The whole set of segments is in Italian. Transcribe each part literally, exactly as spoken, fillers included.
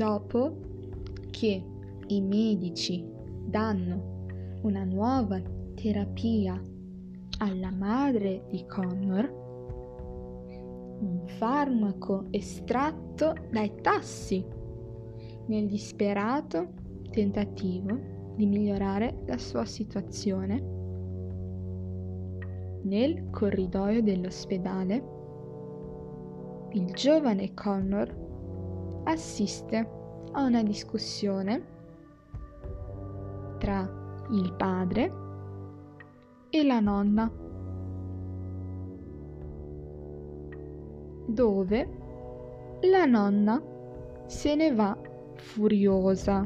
Dopo che i medici danno una nuova terapia alla madre di Connor, un farmaco estratto dai tassi, nel disperato tentativo di migliorare la sua situazione, nel corridoio dell'ospedale, il giovane Connor assiste a una discussione tra il padre e la nonna, dove la nonna se ne va furiosa,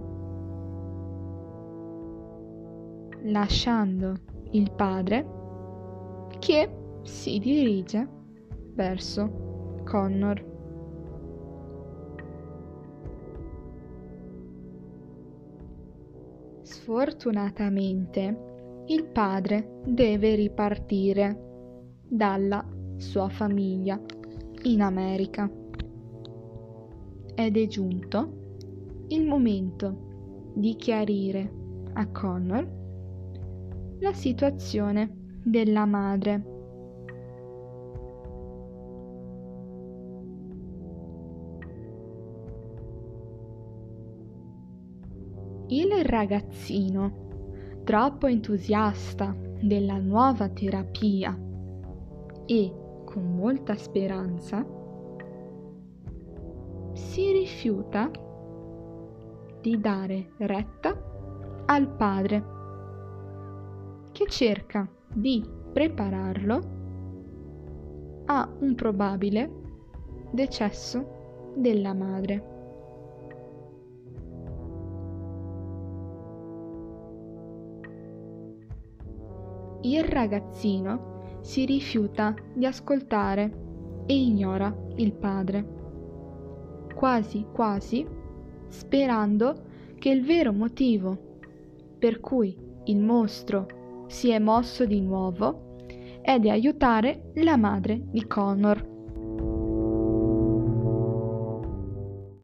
lasciando il padre che si dirige verso Connor. Sfortunatamente il padre deve ripartire dalla sua famiglia in America ed è giunto il momento di chiarire a Connor la situazione della madre. Il ragazzino, troppo entusiasta della nuova terapia e con molta speranza, si rifiuta di dare retta al padre, che cerca di prepararlo a un probabile decesso della madre. Il ragazzino si rifiuta di ascoltare e ignora il padre, quasi quasi sperando che il vero motivo per cui il mostro si è mosso di nuovo è di aiutare la madre di Connor.